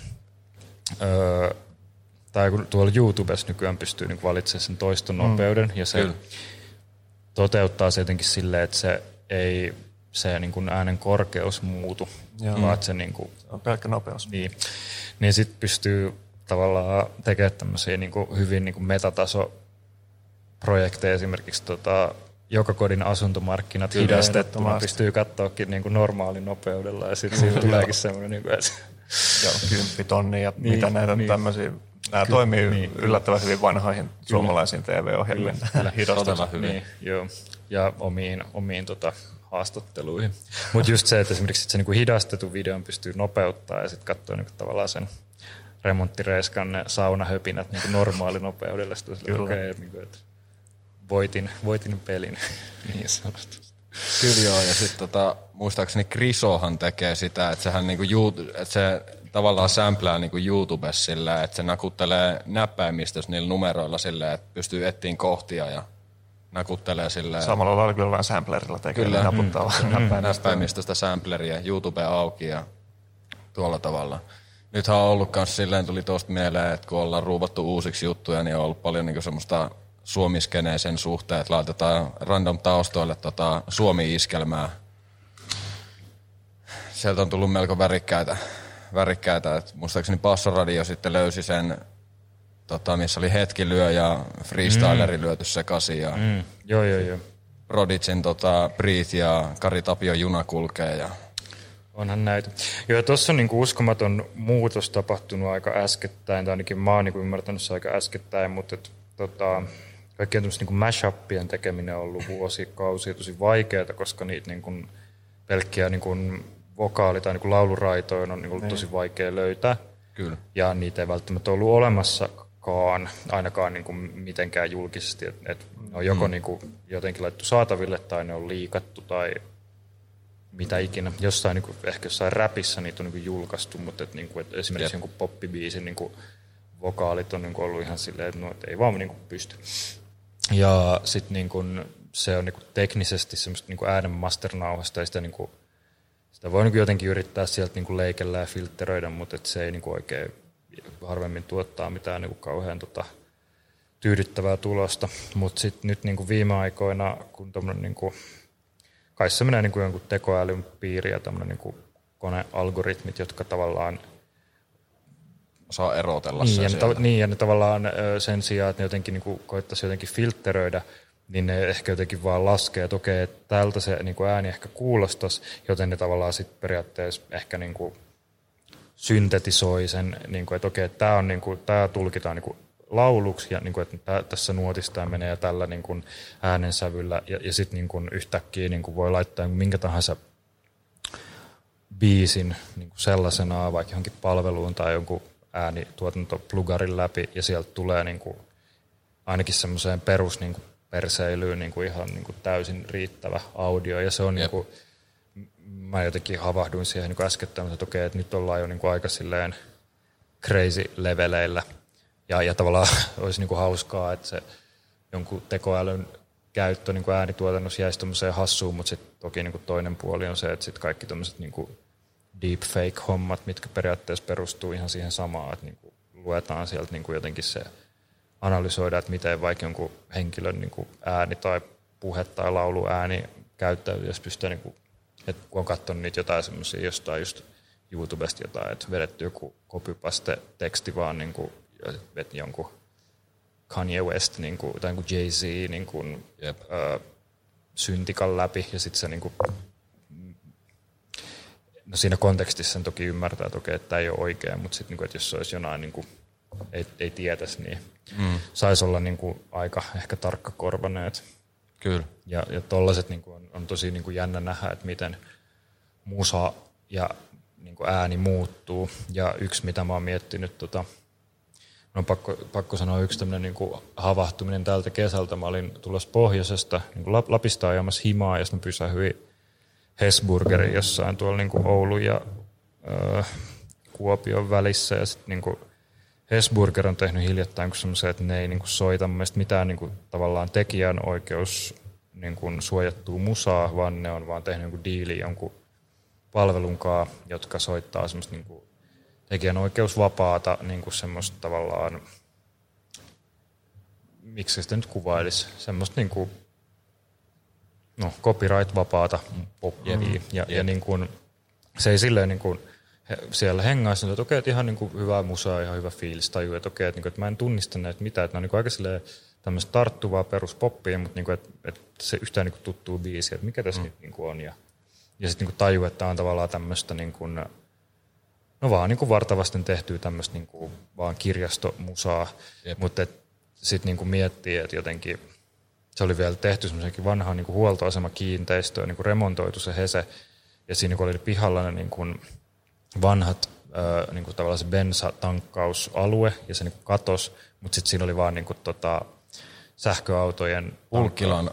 Tai kun tuolla YouTubessa nykyään pystyy niinku valitsemaan sen toiston nopeuden ja se toteuttaa se jotenkin silleen, että se ei se niinku äänen korkeus muutu, vaan että se niinku on pelkkä nopeus. Niin sitten pystyy tavallaan tekemään tämmöisiä niinku hyvin niinku metatasoprojekteja esimerkiksi joka kodin asuntomarkkinat hidastettuna pystyy katsoakin niin kuin normaalin nopeudella ja sitten siitä tuleekin semmoinen, niin kuin, että... Joo, 10 tonnia ja mitä näitä tämmöisiä. Nämä toimii yllättävän hyvin vanhoihin suomalaisiin TV-ohjelmiin hidastella hyvin. Niin, joo. Ja omiin haastatteluihin. Mutta just se, että esimerkiksi se niinku hidastetun videon pystyy nopeuttaa ja sitten katsoo niinku tavallaan sen remonttireiskan ne saunahöpinät niinku normaalinopeudella. Okay, niinku, että voitin pelin niin sanotusti. Kyllä joo, ja sitten muistaakseni Krisohan tekee sitä, että sehän niinku että se tavallaan samplaa niinku YouTubessa sillä, että se nakuttelee näppäimistössä niillä numeroilla silleen, että pystyy etsiin kohtia ja nakuttelee silleen. Samalla lailla kyllä vähän samplerilla tekee, kyllä, naputtaa näppäimistöstä sampleria, YouTube auki ja tuolla tavalla. Nythän on ollut kans silleen, tuli tuosta mieleen, että kun ollaan ruuvattu uusiksi juttuja, niin on ollut paljon niinku semmoista suomiskeneen sen suhteen, että laitetaan random taustoille Suomi-iskelmää. Sieltä on tullut melko värikkäitä. Että muistaakseni Passoradio sitten löysi sen, missä oli hetkilyö ja freestyleri lyöty sekaisin. Ja Joo. Prodigyn Breathe ja Kari Tapio Juna kulkee. Ja... Onhan näitä. Joo, tuossa on niinku uskomaton muutos tapahtunut aika äskettäin, tai ainakin mä oon niinku ymmärtänyt se aika äskettäin, mutta kaikkien tämmöistä niinku mashupien tekeminen on ollut vuosikausia tosi vaikeaa, koska niitä niinku pelkkiä niinku vokaali- tai niinku lauluraitoja on niinku ollut tosi vaikea löytää. Kyllä. Ja niitä ei välttämättä ollut olemassakaan, ainakaan niinku mitenkään julkisesti. Et ne on joko niinku jotenkin laittu saataville tai ne on liikattu tai mitä ikinä. Ehkä jossain räpissä niitä on niinku julkaistu, mutta et esimerkiksi jonkun poppibiisin niinku vokaalit on niinku ollut ihan silleen, että ei vaan niinku pysty. Ja sitten niinku, se on niinku teknisesti semmoista niinku äänen masternauhasta ja sitä voi niinku jotenkin yrittää sieltä niinku leikellä ja filtteröidä, mutta se ei niinku oikein harvemmin tuottaa mitään niinku kauhean tyydyttävää tulosta. Mutta sitten nyt niinku viime aikoina, kun tommonen niinku, kai se menee niinku jonkun tekoälyn piiri ja tämmöinen niinku konealgoritmit, jotka tavallaan osaa erotella niin, sen niin, ja ne tavallaan sen sijaan, että ne jotenkin niinku koittaisi jotenkin filtteröidä, niin ne ehkä jotenkin vaan laskee, että okei, että tältä se niinku ääni ehkä kuulostaisi, joten ne tavallaan sitten periaatteessa ehkä niinku syntetisoi sen, niinku, että okei, että tämä tulkitaan niinku lauluksi, ja niinku, että tässä nuotissa tämä menee tällä niinku äänensävyllä, ja sitten niinku yhtäkkiä niinku voi laittaa minkä tahansa biisin niinku sellaisenaan vaikka johonkin palveluun tai jonkun äänituotantoplugarin läpi, ja sieltä tulee niinku ainakin semmoiseen perus niinku perseilyyn niinku ihan niinku täysin riittävä audio, ja se on niinku, mä jotenkin havahduin siihen niinku äskettäin, että okei, että nyt ollaan jo niinku aika silleen crazy leveleillä, ja tavallaan olisi niinku hauskaa, että se jonkun tekoälyn käyttö niinku äänituotannossa jäisi tommoseen hassuun, mutta sitten toki niinku toinen puoli on se, että sit kaikki tommoset niinku deepfake-hommat, mitkä periaatteessa perustuu ihan siihen samaan, että niinku luetaan sieltä niinku jotenkin se, analysoida, että miten vaikka jonkun henkilön niinku ääni tai puhe tai lauluääni käyttäytyy, jos pystyy, niinku, että kun on katsonut niitä jotain semmoisia jostain just YouTubesta jotain, että vedetty joku copypaste-teksti vaan niinku, veti jonkun Kanye West niinku, tai jonkun Jay-Z niinku, syntikan läpi, ja sitten se niinku, no siinä kontekstissa sen toki ymmärtää, että okei, että tämä ei ole oikein, mutta sitten niinku, että jos se olisi jonain niinku, ei tietäisi, niin saisi olla niinku aika ehkä tarkkakorvaneet. Kyllä. Ja tollaiset niinku on tosi niinku jännä nähdä, että miten musa ja niinku ääni muuttuu. Ja yksi, mitä mä oon miettinyt, on pakko sanoa yksi tämmöinen niinku havahtuminen tältä kesältä. Mä olin tulossa pohjoisesta niinku Lapista ajamassa himaa, ja sitten mä pysähdyin Hesburgerin jossain tuolla niinku Oulun ja Kuopion välissä, ja sitten niinku Hesburger on tehnyt hiljattain semmoisen, että ne ei niinku soita mitään niinku tavallaan tekijänoikeus niinku suojattua musaa, vaan ne on vaan tehnyt niinku diili jonkun palvelunkaan, jotka soittaa semmoista niinku tekijänoikeusvapaata niinku semmoista tavallaan, miksi sitä nyt kuvailisi, semmoista niinku, no, copyright-vapaata poppia. Ja niinku, se ei silleen niinku siellä hengaisi, että okei, että ihan niin kuin hyvää musaa, ihan hyvä fiilis, tajuu, että okei, että mä en tunnista näitä mitään, että ne on niin aika silleen tämmöistä tarttuvaa peruspoppia, mutta niinku, et se yhtään niinku tuttuu biisiä, että mikä tässä nyt niinku on. Ja sitten niinku tajuu, että on tavallaan tämmöistä niinku, no vaan niinku vartavasten tehtyä tämmöistä niinku vaan kirjastomusaa, mutta sitten niinku miettii, että jotenkin se oli vielä tehty semmoisenkin vanhaan niinku huoltoasemakiinteistöön, niinku remontoitu se Hese, ja siinä oli pihalla ne niinku vanhat niinku tavallaan se bensatankkausalue, ja se niinku katos, mutta sitten siinä oli vaan niinku sähköautojen Pulkkilan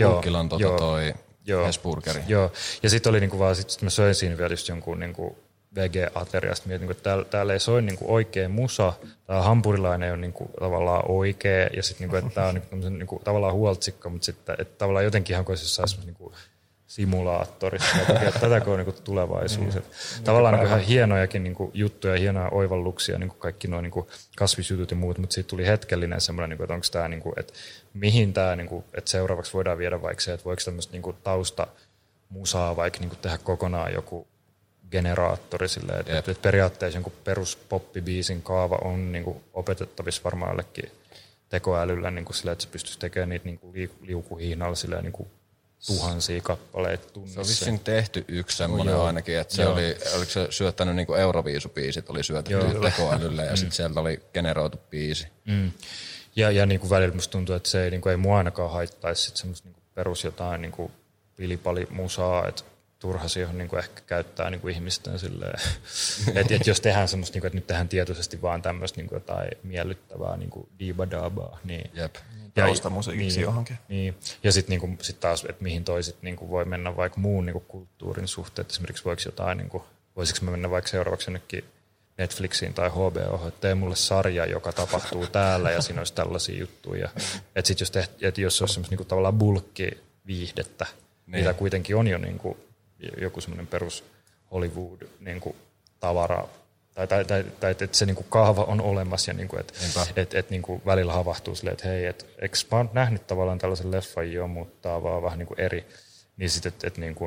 toi Hesburgeri. Joo, ja sitten oli niinku vaan, sit mä söin siinä vielä just jonkun niinku vege-ateriasta, mietin, että täällä ei soi niinku oikea musa, tämä hampurilainen ei ole niinku tavallaan oikea, ja sitten niinku, että tämä on niinku tavallaan huoltsikko, mutta sitten että tavallaan jotenkin ihan koisi jossain niinku simulaattorissa, ja tätäkö on niinku tulevaisuus. Tavallaan niinku ihan hienojakin niinku juttuja, hienoja oivalluksia, niinku kaikki nuo niinku kasvisjutut ja muut, mutta siitä tuli hetkellinen semmoinen, niinku, että onko tämä, niinku, että mihin tämä, niinku, että seuraavaksi voidaan viedä vaikka se, että voiko tämmöistä niinku taustamusaa vaikka niinku tehdä kokonaan joku generaattori silleen, että periaatteessa jonkun peruspoppibiisin kaava on niinku opetettavissa varmaan jollekin tekoälyllä niinku silleen, että se pystyisi tekemään niitä niinku liukuhihnalla silleen niinku tuhansia kappaleita tunnissa. Se on vissiin tehty yksi semmoinen ainakin, että se oli, oliko se syöttänyt niinku Euroviisubiisit, oli syötetty tekoälylle ja sitten sieltä oli generoitu biisi. Ja niinku välillä musta tuntuu, että se ei, niinku, ei mua ainakaan haittaisi sit semmoista niinku perus jotain niinku pilipalimusaa, että turha siihen niinku ehkä käyttää niinku ihmisten silleen, että jos tehdään semmoista, niinku, että nyt tehdään tietoisesti vaan tämmöistä niinku jotain miellyttävää niinku diibadaabaa, niin taustamusiikiksi johonkin. Niin. Ja sitten niinku, sit taas, että mihin toiset niinku voi mennä vaikka muun niinku kulttuurin suhteen. Esimerkiksi voisiko mä mennä vaikka seuraavaksi jonnekin Netflixiin tai HBO, että tee mulle sarja, joka tapahtuu täällä ja siinä olisi tällaisia juttuja. Että sitten jos se olisi semmoista niinku tavallaan bulkkiviihdettä, mitä kuitenkin on jo niinku joku semmoinen perus Hollywood niinku tavara, tai että se niinku kaava on olemassa ja niinku, että niinku välillä havahtuu silleen, että hei, eikö mä oon nähnyt tavallaan tällaisen leffan jo, mutta tää on vaan vähän niinku eri. Niin sitten, niinku,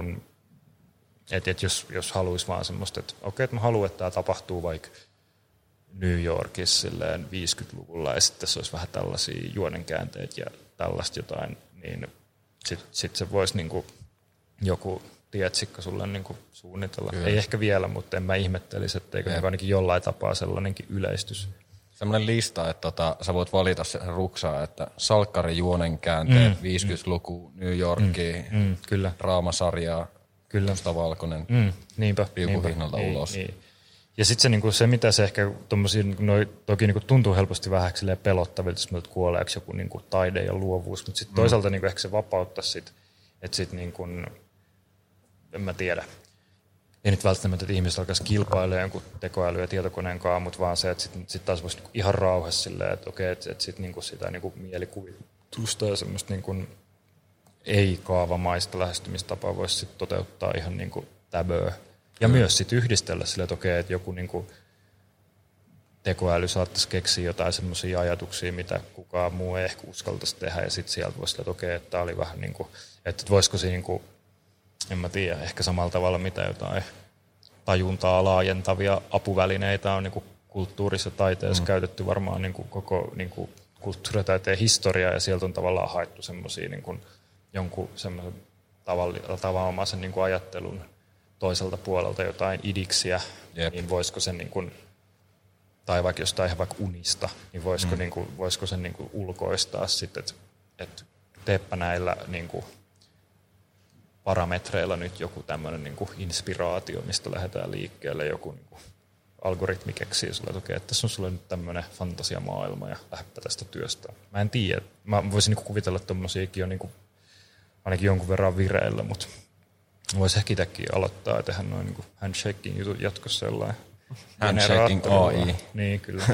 jos haluaisi vaan semmoista, että okei, että mä haluan, että tämä tapahtuu vaikka New Yorkissa silleen 50-luvulla ja sitten se olisi vähän tällaisia juonenkäänteitä ja tällaista jotain, niin sitten se voisi niinku joku tietsikko sulle niinku suunnitella. Kyllä. Ei ehkä vielä, mutta en mä ihmettelisi, etteikö ainakin jollain tapaa sellainenkin yleistys. Sellainen lista, että sä voit valita sen ruksaa, että salkkari juonen käänteet, 50-luku, New Yorki, draamasarjaa, musta valkoinen, liukuhihnalta ulos. Niin. Ja sitten se, niinku, se, mitä se ehkä toki niinku, tuntuu helposti vähän pelottavilta, jos meiltä kuoleeksi joku niinku, taide ja luovuus, mutta sitten toisaalta niinku, ehkä se vapauttaa sit, että sitten niinku, en mä tiedä. Ei nyt välttämättä, että ihmiset alkaisi kilpailemaan jonkun tekoäly- ja tietokoneen kanssa, mutta vaan se, että sitten taas voisi niinku ihan rauhassa silleen, että okei, että sitten niinku sitä niinku mielikuvitusta ja semmoista niinku ei-kaavamaista lähestymistapaa voisi sitten toteuttaa ihan niinku täböä. Ja myös sitten yhdistellä silleen, että okei, että joku niinku tekoäly saattaisi keksiä jotain semmoisia ajatuksia, mitä kukaan muu ei ehkä uskaltaisi tehdä, ja sitten sieltä voisi että okei, että tämä oli vähän niin kuin, että voisiko se niinku, en mä tiedä, ehkä samalla tavalla mitä jotain tajuntaa laajentavia apuvälineitä on niinku kulttuurissa taiteessa käytetty varmaan niinku koko niinku kulttuuritaiteen historiaa, ja sieltä on tavallaan haettu semmoisia niinku jonkun semmoisen tavanomaisen niinku ajattelun toiselta puolelta jotain idiksiä, niin voisiko sen niinku, tai vaikka jostain ihan vaikka unista, niin voisiko, niinku, voisiko sen niinku ulkoistaa sitten, että teepä näillä niinku parametreilla nyt joku tämmöinen niinku inspiraatio, mistä lähdetään liikkeelle, joku niinku algoritmi keksii sulle, että okei, että tässä on sulle nyt tämmöinen fantasiamaailma ja lähdepä tästä työstä. Mä en tiedä. Mä voisin niinku kuvitella, että tommosiakin on niinku ainakin jonkun verran vireillä, mutta voisi ehkä itsekin aloittaa ja tehdä noin niinku handshaking jutut jatkossa sellainen. Handshaking AI. Niin, kyllä.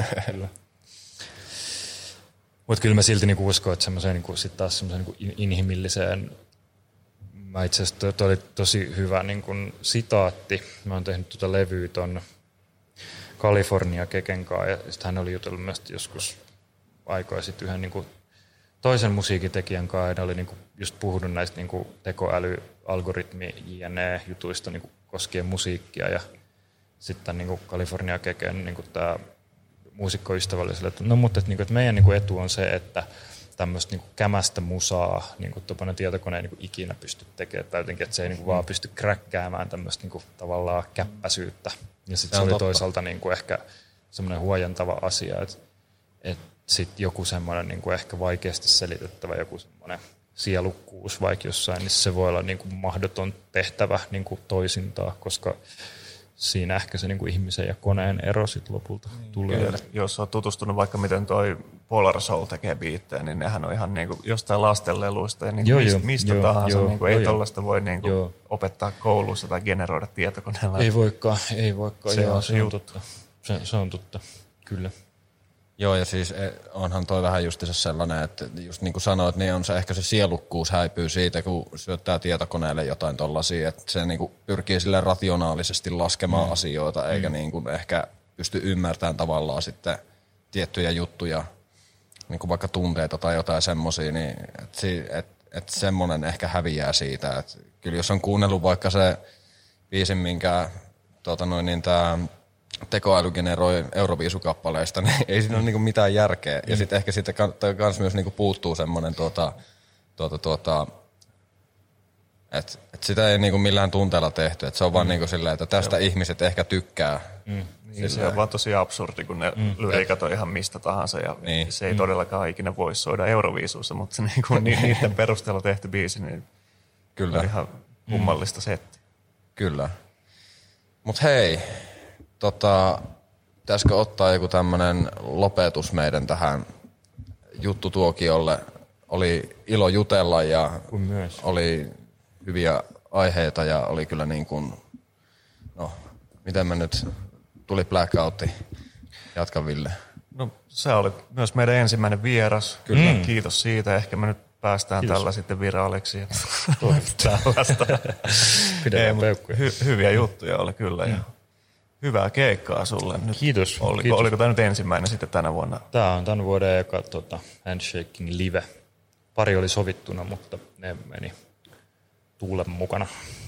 Mutta kyllä mä silti niinku uskon, että semmoiseen niinku, sit taas semmoiseen niinku inhimilliseen. Mä itse asiassa toi oli tosi hyvä niinku sitaatti. Mä oon tehnyt tuota levyä ton California Keken kanssa, ja sitten hän oli jutellut myös joskus aikoja sitten yhden niinku toisen musiikitekijän kanssa, ja ne oli niinku just puhunut näistä niinku tekoäly, algoritmi, JNE-jutuista niinku koskien musiikkia, ja sitten niinku California Keken niinku tämä muusikkoystävälliselle, että no mutta että, niinku, että meidän niinku etu on se, että tämmöistä niin kämästä musaa niin kuin tietokone ei niin kuin ikinä pysty tekemään. Tai jotenkin, että se ei niin kuin vaan pysty kräkkäämään tämmöistä niin kuin tavallaan käppäisyyttä. Ja sitten se oli toisaalta niin kuin ehkä semmoinen huojentava asia, että sitten joku semmoinen niin kuin ehkä vaikeasti selitettävä joku semmoinen sielukkuus vaikka jossain, niin se voi olla niin kuin mahdoton tehtävä niin kuin toisintaa, koska siinä ehkä se niin kuin ihmisen ja koneen ero sitten lopulta tulee. Kyllä. Jos olet tutustunut vaikka miten toi Polar Soul tekee biittejä, niin nehän on ihan niin kuin jostain lastenleluista ja niin kuin mistä tahansa. Niin kuin ei tollaista voi niin kuin opettaa koulussa tai generoida tietokoneella. Ei voikaan. Se on totta, kyllä. Joo, ja siis onhan toi vähän justiinsa sellainen, että just niin kuin sanoit, niin on se ehkä se sielukkuus häipyy siitä, kun syöttää tietokoneelle jotain tollaisia, että se niin kuin pyrkii sille rationaalisesti laskemaan asioita, eikä niin kuin ehkä pysty ymmärtämään tavallaan sitten tiettyjä juttuja, niin kuin vaikka tunteita tai jotain semmosia, niin että semmoinen ehkä häviää siitä, että kyllä jos on kuunnellut vaikka se biisin, minkä tämä tekoäly generoi Euroviisukappaleista, niin ei siinä ole niinku mitään järkeä. Ja sitten ehkä siitä kans myös niinku puuttuu semmoinen, että sitä ei niinku millään tunteella tehty. Et se on vaan niinku silleen, että tästä ihmiset ehkä tykkää. Niin se on vaan tosi absurdi, kun ne lyriikat on ihan mistä tahansa. Ja se ei todellakaan ikinä voi soida Euroviisussa, mutta se niinku niiden perusteella tehty biisi niin kyllä on ihan kummallista settiä. Kyllä. Mut hei, pitäisikö ottaa joku tämmönen lopetus meidän juttutuokiolle? Oli ilo jutella ja oli hyviä aiheita ja oli kyllä niin kuin, no miten mä nyt, tuli blackoutti. Jatka Ville. No sä olit myös meidän ensimmäinen vieras. Kyllä. Kiitos siitä. Ehkä me nyt päästään tällä sitten viraaliksi. Tällaista. Pidetään peukkuja. Hyviä juttuja oli kyllä. Ja hyvää keikkaa sulle. Nyt kiitos. Oliko tämä nyt ensimmäinen sitten tänä vuonna? Tämä on tämän vuoden eka Handshaking live. Pari oli sovittuna, mutta ne meni tuulen mukana.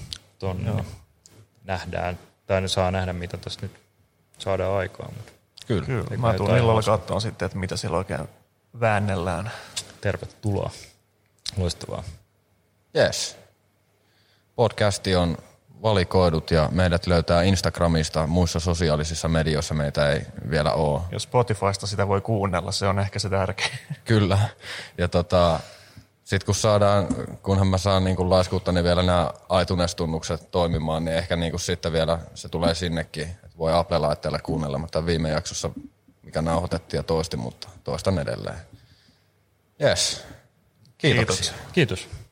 Nähdään, tai ne saa nähdä, mitä tässä nyt saadaan aikaan. Kyllä. Mä tulen illalla katsomaan sitten, että mitä siellä oikein väännellään. Tervetuloa. Loistavaa. Yes. Podcasti on valikoidut ja meidät löytää Instagramista, muissa sosiaalisissa medioissa meitä ei vielä ole. Jos Spotifysta sitä voi kuunnella, se on ehkä se tärkein. Kyllä. Ja sitten kunhan mä saan niin laiskuuttani vielä nämä iTunes-tunnukset toimimaan, niin ehkä niin sitten vielä se tulee sinnekin. Et voi Apple-laitteelle kuunnella, mutta viime jaksossa, mikä nauhoitettiin ja toistin, mutta toistan edelleen. Yes. Kiitoksia. Kiitos.